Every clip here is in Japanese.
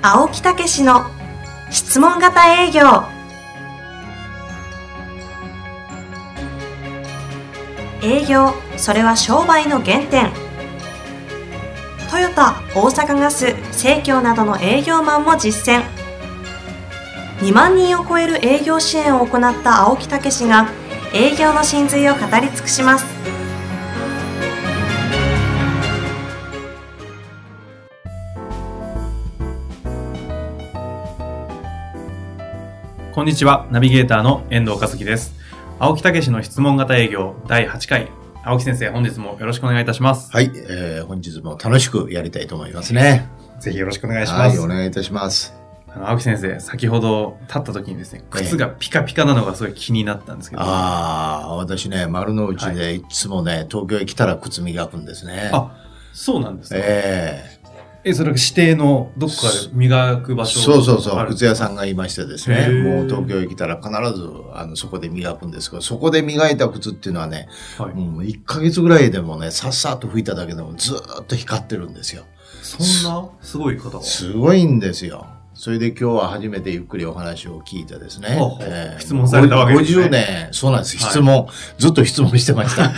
青木武の質問型営業。営業、それは商売の原点。トヨタ、大阪ガス、生協などの営業マンも実践。2万人を超える営業支援を行った青木武が営業の真髄を語り尽くします。 こんにちは、ナビゲーターの遠藤和樹です。青木武の質問型営業第8回。青木先生、本日もよろしくお願いいたします。 はい、本日も楽しくやりたいと思いますね。 ぜひよろしくお願いします。 はい、お願いいたします。 青木先生、先ほど立った時にですね、靴がピカピカなのがすごい気になったんですけど。 私ね、丸の内でいつもね、東京へ来たら靴磨くんですね。 あ、そうなんですか。それが指定のどこかで磨く場所。 そう、靴屋さんがいましてですね、もう東京へ来たら必ずそこで磨くんですけど、そこで磨いた靴っていうのはね、もう1ヶ月ぐらいでもね、さっさと拭いただけでもずーっと光ってるんですよ。 そんなすごい方が。 すごいんですよ。それで今日は初めてゆっくりお話を聞いてですね。 質問されたわけですね。 50年、そうなんです。質問、ずっと質問してました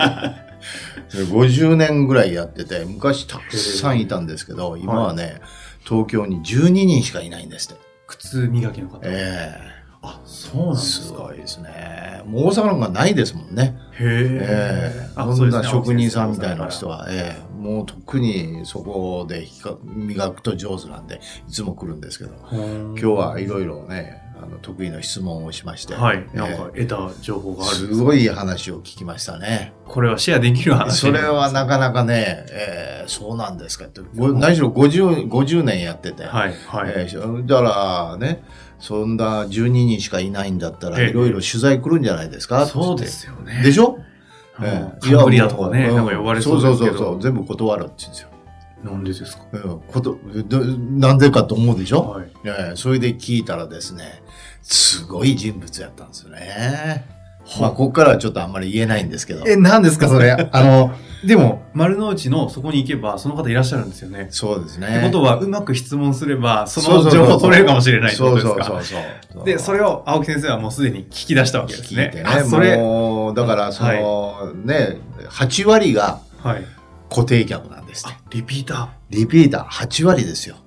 。50年ぐらいやってて、昔たくさんいたんですけど、今はね、東京に12人しかいないんですって。 靴磨きの方。あ、そうなんですか。 すごいですね。もう大阪なんかないですもんね。そんな職人さんみたいな人は、もう特にそこで磨くと上手なんで、いつも来るんですけど、今日はいろいろね、得意な質問をしまして、 なんか得た情報がある。 すごい話を聞きましたね。 これはシェアできる話。 それはなかなかね、そうなんですかって、何しろ50年やってて、だからね、そんな12人しかいないんだったら、いろいろ取材来るんじゃないですか。 そうですよね。 でしょ？ カンブリアとかね、なんか呼ばれそうですけど。 そう、全部断るって言うんですよ。 なんでですか？ なんでかと思うでしょ？それで聞いたらですね、すごい人物やったんですよね。ここからはちょっとあんまり言えないんですけど。 何ですかそれ？でも、丸の内のそこに行けば、その方いらっしゃるんですよね。 そうですね。 ってことは、うまく質問すれば、その情報を取れるかもしれないってことですか？そう。で、それを青木先生はもうすでに聞き出したわけですね。 聞いてね。もう、だから、8割が固定客なんですね。 リピーター、8割ですよ。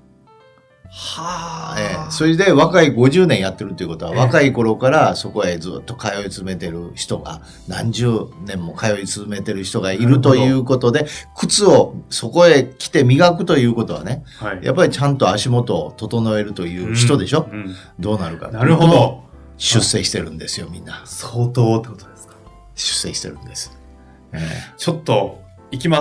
それで若い50年やってるっていうことは、若い頃からそこへずっと通い詰めてる人が、何十年も通い詰めてる人がいるということで、靴をそこへ来て磨くということはね、やっぱりちゃんと足元を整えるという人でしょ、どうなるか。 なるほど。 出世してるんですよ、みんな。 相当ってことですか？ 出世してるんです。 ちょっと、行きます。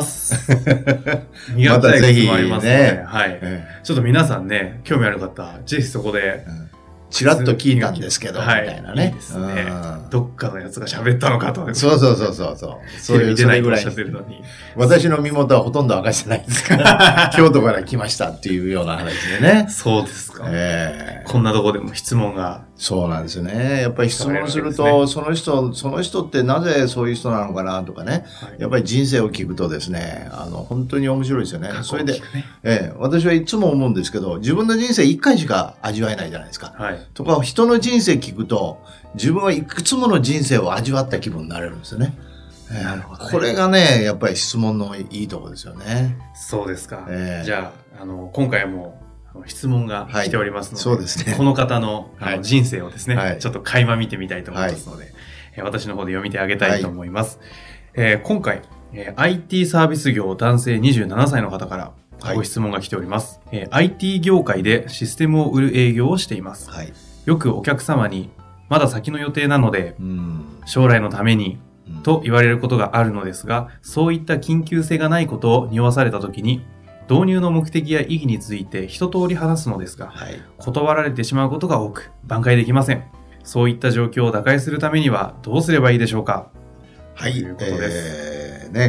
磨きたい靴もありますので、ちょっと皆さんね、興味ある方、ぜひそこで、 チラッと聞いたんですけど、みたいなね。 いいですね。どっかのやつが喋ったのかと。 そう。 そういう見てないとおっしゃってるのに。 私の身元はほとんど明かしてないですから、京都から来ましたっていうような話でね。 そうですか。こんなとこでも質問が。 そうなんですよね。やっぱり質問すると、その人ってなぜそういう人なのかなとかね。やっぱり人生を聞くとですね、本当に面白いですよね。それで、私はいつも思うんですけど、自分の人生1回しか味わえないじゃないですか。とか、人の人生聞くと、自分はいくつもの人生を味わった気分になれるんですよね。 なるほどね。 これがね、やっぱり質問のいいところですよね。 そうですか。じゃあ、今回も質問が来ておりますので、 そうですね。 この方の人生をですね、ちょっと垣間見てみたいと思いますので、私の方で読みてあげたいと思います。今回、IT サービス業男性27歳の方からご質問が来ております。IT 業界でシステムを売る営業をしています。よくお客様に、まだ先の予定なので、将来のために、と言われることがあるのですが、そういった緊急性がないことを匂わされたときに、導入の目的や意義について一通り話すのですが、断られてしまうことが多く、挽回できません。そういった状況を打開するためにはどうすればいいでしょうか？ということです。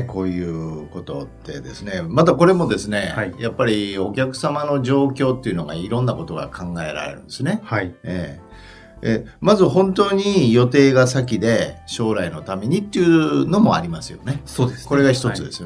こういうことってですね、またこれもですね、やっぱりお客様の状況っていうのがいろんなことが考えられるんですね。まず本当に予定が先で将来のためにっていうのもありますよね。 そうですね。 これが一つですよね。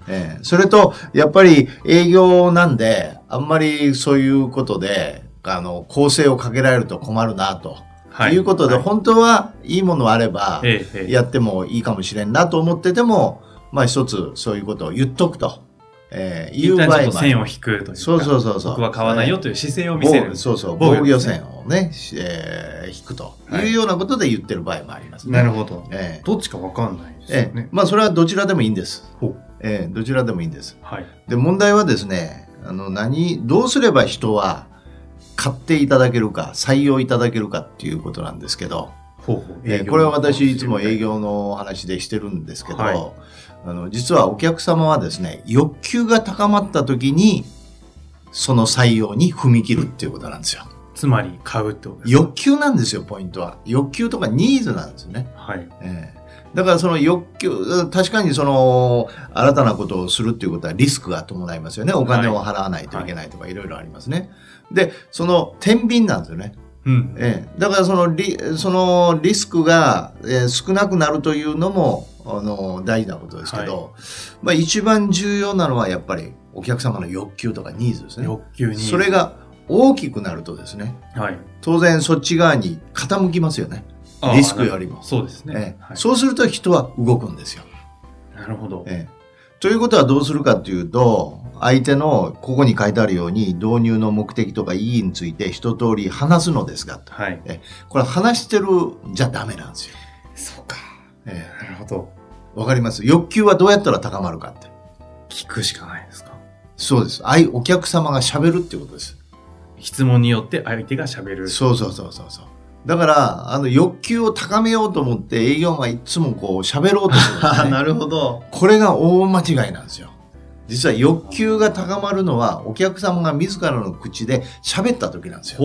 それと、やっぱり営業なんで、あんまりそういうことで、構成をかけられると困るなと。いうことで、本当はいいものあれば、やってもいいかもしれんなと思ってても、一つそういうことを言っとくと。 いう場合も。一旦線を引くというか。 そう。 僕は買わないよという姿勢を見せる。 防御線をね、引くというようなことで言ってる場合もありますね。 なるほど。どっちかわかんないですよね。 それはどちらでもいいんです。どちらでもいいんです。で、問題はですね、どうすれば人は買っていただけるか、採用いただけるかっていうことなんですけど、これは私いつも営業の話でしてるんですけど、実はお客様はですね、欲求が高まった時に、その採用に踏み切るっていうことなんですよ。 つまり買うってことですか？ 欲求なんですよ、ポイントは。欲求とかニーズなんですよね。だからその欲求、確かにその、新たなことをするっていうことはリスクが伴いますよね。お金を払わないといけないとかいろいろありますね。で、その天秤なんですよね。だからそのリスクが、少なくなるというのも大事なことですけど、一番重要なのはやっぱりお客様の欲求とかニーズですね。それが大きくなるとですね、当然そっち側に傾きますよね。リスクよりも。 そうですね。 そうすると人は動くんですよ。 なるほど。 ということはどうするかというと、相手のここに書いてあるように導入の目的とか意義について一通り話すのですが、これ話してるじゃダメなんですよ。 そうか。なるほど。 わかります。欲求はどうやったら高まるかって。 聞くしかないですか？ そうです。お客様が喋るっていうことです。 質問によって相手が喋る。 そう。だから、欲求を高めようと思って営業マンいつもこう喋ろうとするんですね。 なるほど。 これが大間違いなんですよ。実は欲求が高まるのはお客様が自らの口で喋った時なんですよ。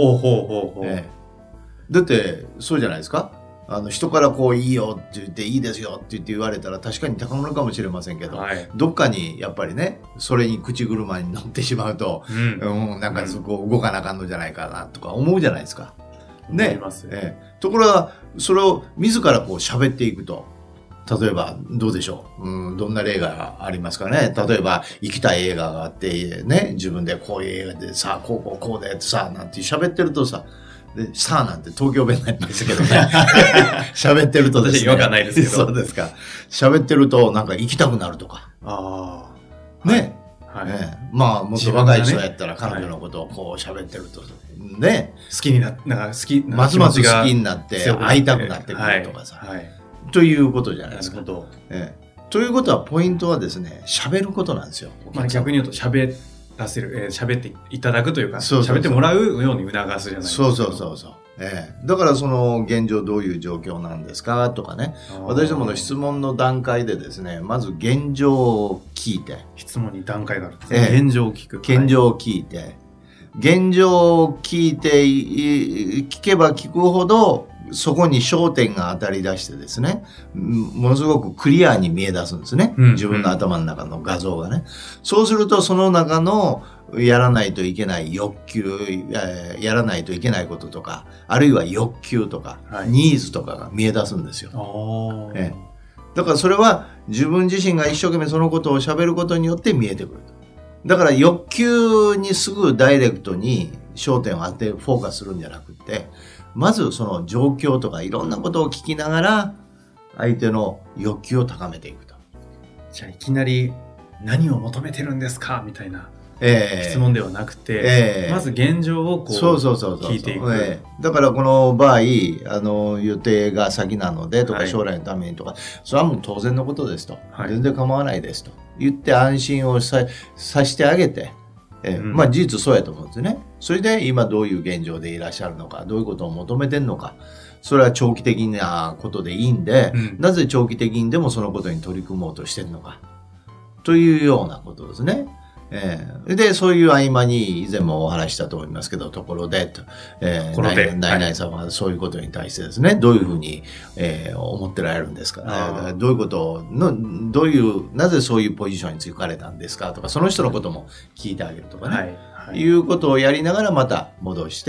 だって、そうじゃないですか。人からこういいよって言っていいですよって言われたら確かに高まるかもしれませんけど、どっかにやっぱりね、それに口車に乗ってしまうと、なんかそこ動かなあかんのじゃないかなとか思うじゃないですか。ね。ところが、それを自らこう喋っていくと、例えばどうでしょう、どんな例がありますかね。例えば行きたい映画があってね、自分でこういう映画でさ、こうでさ、なんて喋ってるとさ、で、さあなんて東京弁になりましたけどね。喋ってるとですね。 私違和感ないですけど。 そうですか。喋ってるとなんか行きたくなるとか。ね。もっと若い人やったら彼女のことをこう喋ってると、ね。 好きになって、 ますます好きになって会いたくなってくるとかさ。ということじゃないですか。 なるほど。 ということはポイントはですね、喋ることなんですよ。 逆に言うと喋っていただくというか、喋ってもらうように促すじゃないですか。 そう。だからその現状どういう状況なんですかとかね。私どもの質問の段階でですね、まず現状を聞いて。 質問に段階があるんですね。現状を聞く。 現状を聞いて。現状を聞けば聞くほど、そこに焦点が当たり出してですね、ものすごくクリアに見え出すんですね。自分の頭の中の画像がね。そうするとその中のやらないといけない欲求、やらないといけないこととか、あるいは欲求とか、ニーズとかが見え出すんですよ。だからそれは自分自身が一生懸命そのことを喋ることによって見えてくると。だから欲求にすぐダイレクトに焦点を当て、フォーカスするんじゃなくて、まずその状況とかいろんなことを聞きながら相手の欲求を高めていくと。 じゃあいきなり何を求めてるんですかみたいな質問ではなくて、まず現状をこう聞いていく。 だからこの場合予定が先なのでとか、将来のためにとか、それはもう当然のことですと、全然構わないですと言って安心をさせてあげて、事実そうやと思うんですね。それで今どういう現状でいらっしゃるのか、どういうことを求めてるのか、それは長期的なことでいいんで、なぜ長期的にでもそのことに取り組もうとしてるのかというようなことですね。で、そういう合間に以前もお話したと思いますけど、ところで、ナイさんはそういうことに対してですね、どういうふうに、思ってられるんですか、どういうことなぜそういうポジションに就かれたんですかとか、その人のことも聞いてあげるとかね、いうことをやりながらまた戻して、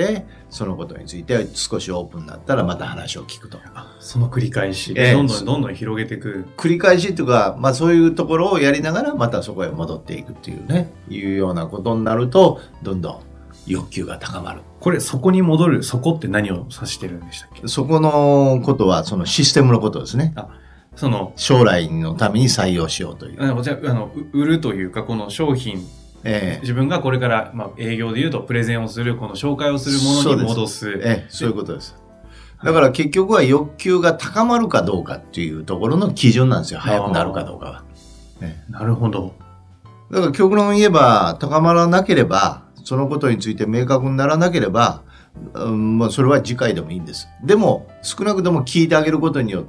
そのことについて少しオープンになったらまた話を聞くと。 その繰り返し、どんどん広げていく。 繰り返しっていうか、そういうところをやりながらまたそこへ戻っていくっていうね、いうようなことになると、どんどん欲求が高まる。 これ、そこに戻る、そこって何を指してるんでしたっけ？ そこのことは、そのシステムのことですね。将来のために採用しようという。 じゃあ、売るというか、この商品、自分がこれから、営業で言うとプレゼンをする、この紹介をするものに戻す。 そういうことです。だから結局は欲求が高まるかどうかっていうところの基準なんですよ。早くなるかどうかは。 なるほど。 だから極論言えば、高まらなければ、そのことについて明確にならなければ、それは次回でもいいんです。でも、少なくとも聞いてあげることによって、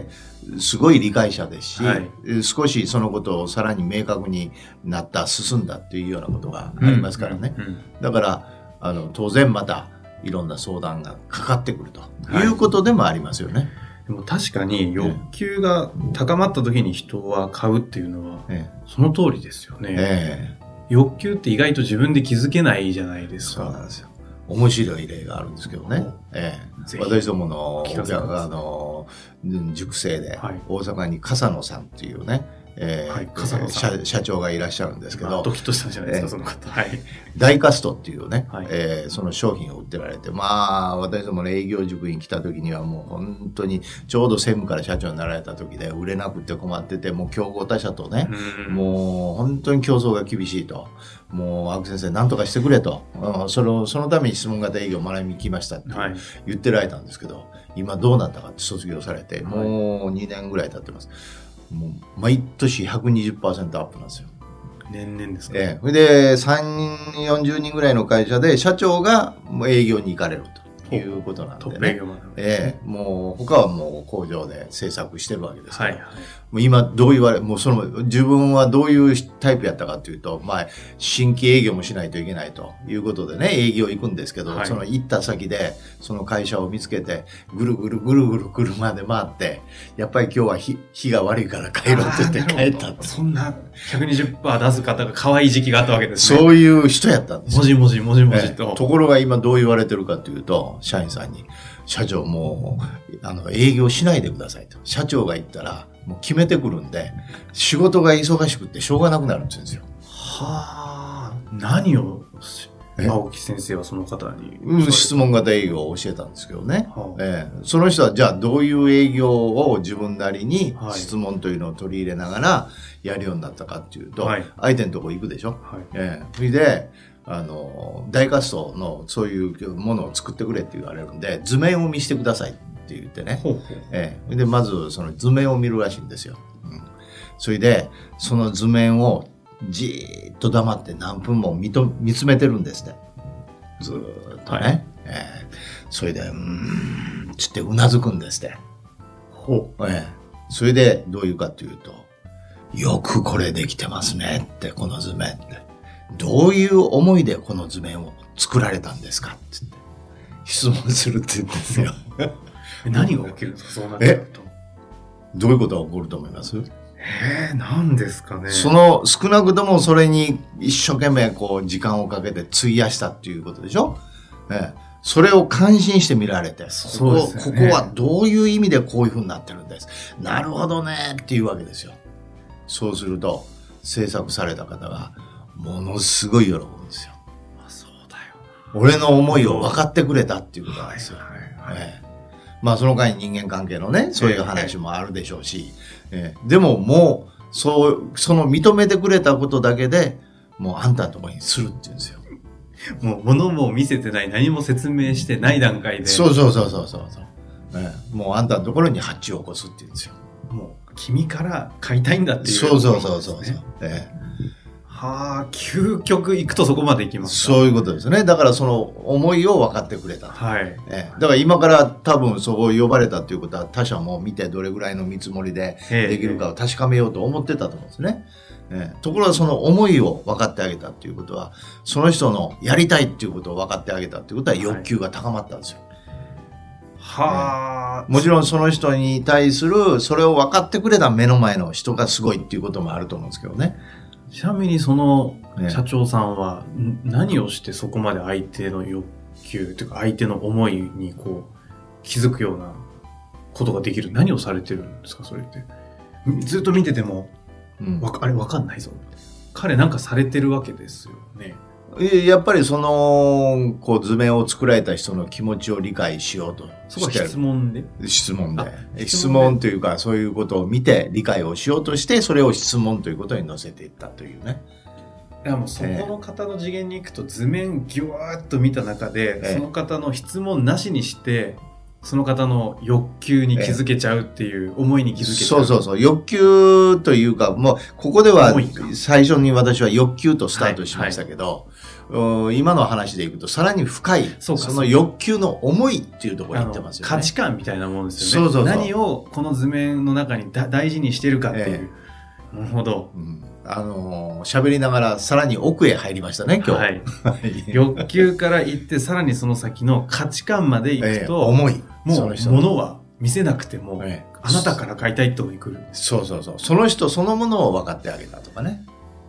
すごい理解者ですし、少しそのことをさらに明確になった、進んだっていうようなことがありますからね。だから、当然またいろんな相談がかかってくるということでもありますよね。 でも確かに欲求が高まった時に人は買うっていうのは、その通りですよね。欲求って意外と自分で気づけないじゃないですか。 そうなんですよ。面白い例があるんですけどね。私どもの塾生で大阪に笠野さんっていうね、社長がいらっしゃるんですけど、 ドキッとしたんじゃないですか、その方。 ダイカストっていうね、その商品を売ってられて、私どもの営業塾に来た時にはもう本当にちょうど専務から社長になられた時で売れなくて困ってて、もう競合他社とね、もう本当に競争が厳しいと。もう青木先生何とかしてくれと、そのために質問型営業を学びに来ましたって言ってられたんですけど、今どうなったかって卒業されて、もう2年ぐらい経ってます。もう毎年 120% アップなんですよ。 年々ですか？ それで40人ぐらいの会社で社長が営業に行かれるということなんで、ね、 トップ営業まで、 もう他はもう工場で制作してるわけですから、もう今どう言われ、もう自分はどういうタイプやったかというと、新規営業もしないといけないということでね、営業行くんですけど、その行った先でその会社を見つけてぐるぐる車で回って、やっぱり今日は日が悪いから帰ろうって言って帰ったって。 そんな 120% 出す方が可愛い時期があったわけですね。 そういう人やったんですよ。 もじもじと。 ところが今どう言われてるかというと、社員さんに、社長もう営業しないでくださいと。社長が言ったらもう決めてくるんで、仕事が忙しくてしょうがなくなるんですよ。 何を青木先生はその方に、 質問型営業を教えたんですけどね、その人はじゃあどういう営業を自分なりに質問というのを取り入れながらやるようになったかっていうと、相手のところ行くでしょ、それで大カストのそういうものを作ってくれって言われるんで、図面を見せてくださいって言ってね、でまずその図面を見るらしいんですよ、それでその図面をじーっと黙って何分も見つめてるんですね、ずーっとね、それでつってうなずくんですって、それでどういうかというと、よくこれできてますねって、この図面ってどういう思いでこの図面を作られたんですかって言って質問するって言うんですよ。 何が起きるんですか、そうなっちゃうと。 どういうことが起こると思います？ 何ですかね。 少なくともそれに一生懸命時間をかけて費やしたっていうことでしょ。それを感心して見られて、ここはどういう意味でこういう風になってるんです。なるほどねっていうわけですよ。そうすると制作された方がものすごい喜ぶんですよ。 そうだよ。 俺の思いを分かってくれたっていうことなんですよ。その間に人間関係のね、そういう話もあるでしょうし、でももうその認めてくれたことだけでもうあんたのところにするって言うんですよ。 もう物も見せてない、何も説明してない段階で。 そう、もうあんたのところに発注を起こすって言うんですよ。 もう君から買いたいんだっていう、 そう。 究極行くとそこまで行きますか。 そういうことですね。だからその思いを分かってくれた。だから今から多分そこを呼ばれたっていうことは、他社も見てどれぐらいの見積もりでできるかを確かめようと思ってたと思うんですね。ところがその思いを分かってあげたっていうことは、その人のやりたいっていうことを分かってあげたっていうことは欲求が高まったんですよ。もちろんその人に対するそれを分かってくれた目の前の人がすごいっていうこともあると思うんですけどね。 ちなみにその社長さんは何をしてそこまで相手の欲求というか相手の思いにこう気づくようなことができる。何をされてるんですかそれって。ずっと見てても、あれわかんないぞ。彼なんかされてるわけですよね。 やっぱりそのこう図面を作られた人の気持ちを理解しようとしてる。 そこは質問で質問というかそういうことを見て理解をしようとしてそれを質問ということに載せていったというね。 いやもうそこの方の次元に行くと図面ギュワーッと見た中で、その方の質問なしにしてその方の欲求に気づけちゃうっていう、思いに気づけちゃう。 そう欲求というかもうここでは最初に私は欲求とスタートしましたけど、今の話でいくとさらに深いその欲求の思いっていうところに行ってますよね。 価値観みたいなものですよね。何をこの図面の中に大事にしてるかっていう、なるほど、 喋りながらさらに奥へ入りましたね今日、 欲求から行ってさらにその先の価値観まで行くと、 思いもう物は見せなくても、あなたから買いたいってとこに来る。 そうその人そのものを分かってあげたとかね。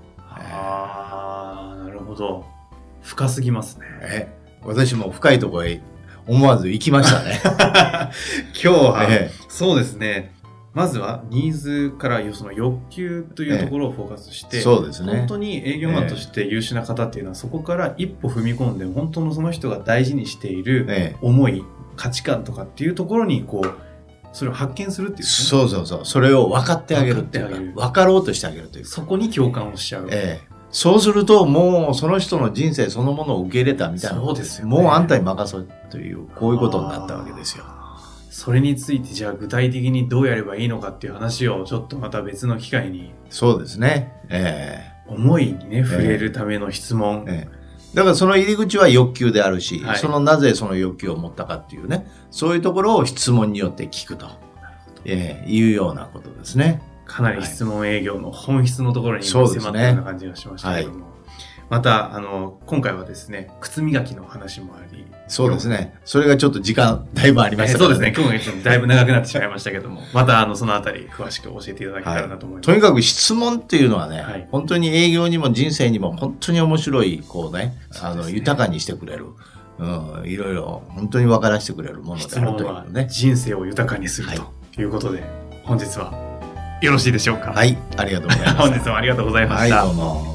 なるほど。深すぎますね。 私も深いところへ思わず行きましたね今日は、そうですね。まずはニーズからその欲求というところをフォーカスして、 そうですね、 本当に営業マンとして優秀な方っていうのはそこから一歩踏み込んで本当のその人が大事にしている思い、価値観とかっていうところにこうそれを発見するっていう、ね、 そうそれを分かってあげるっていうか分かろうとしてあげるというか、 そこに共感をしちゃう、 そうするともうその人の人生そのものを受け入れたみたいな。 そうですよね。 もうあんたに任そうというこういうことになったわけですよ。 それについてじゃあ具体的にどうやればいいのかっていう話をちょっとまた別の機会に。 そうですね。 思いにね触れるための質問。 だからその入り口は欲求であるし、そのなぜその欲求を持ったかっていうね、そういうところを質問によって聞くと、いうようなことですね。 かなり質問営業の本質のところに迫ったような感じがしましたけども。また、今回はですね、靴磨きの話もあり。 そうですね。それがちょっと時間、だいぶありましたからね。 そうですね。今日がだいぶ長くなってしまいましたけども、また、そのあたり、詳しく教えていただけたらなと思います。 とにかく質問っていうのはね、本当に営業にも人生にも本当に面白い、こうね、豊かにしてくれる。いろいろ、本当に分からせてくれるものであるというね。 人生を豊かにするということで、本日はよろしいでしょうか。 はい、ありがとうございます。 本日もありがとうございました。 はい、どうも。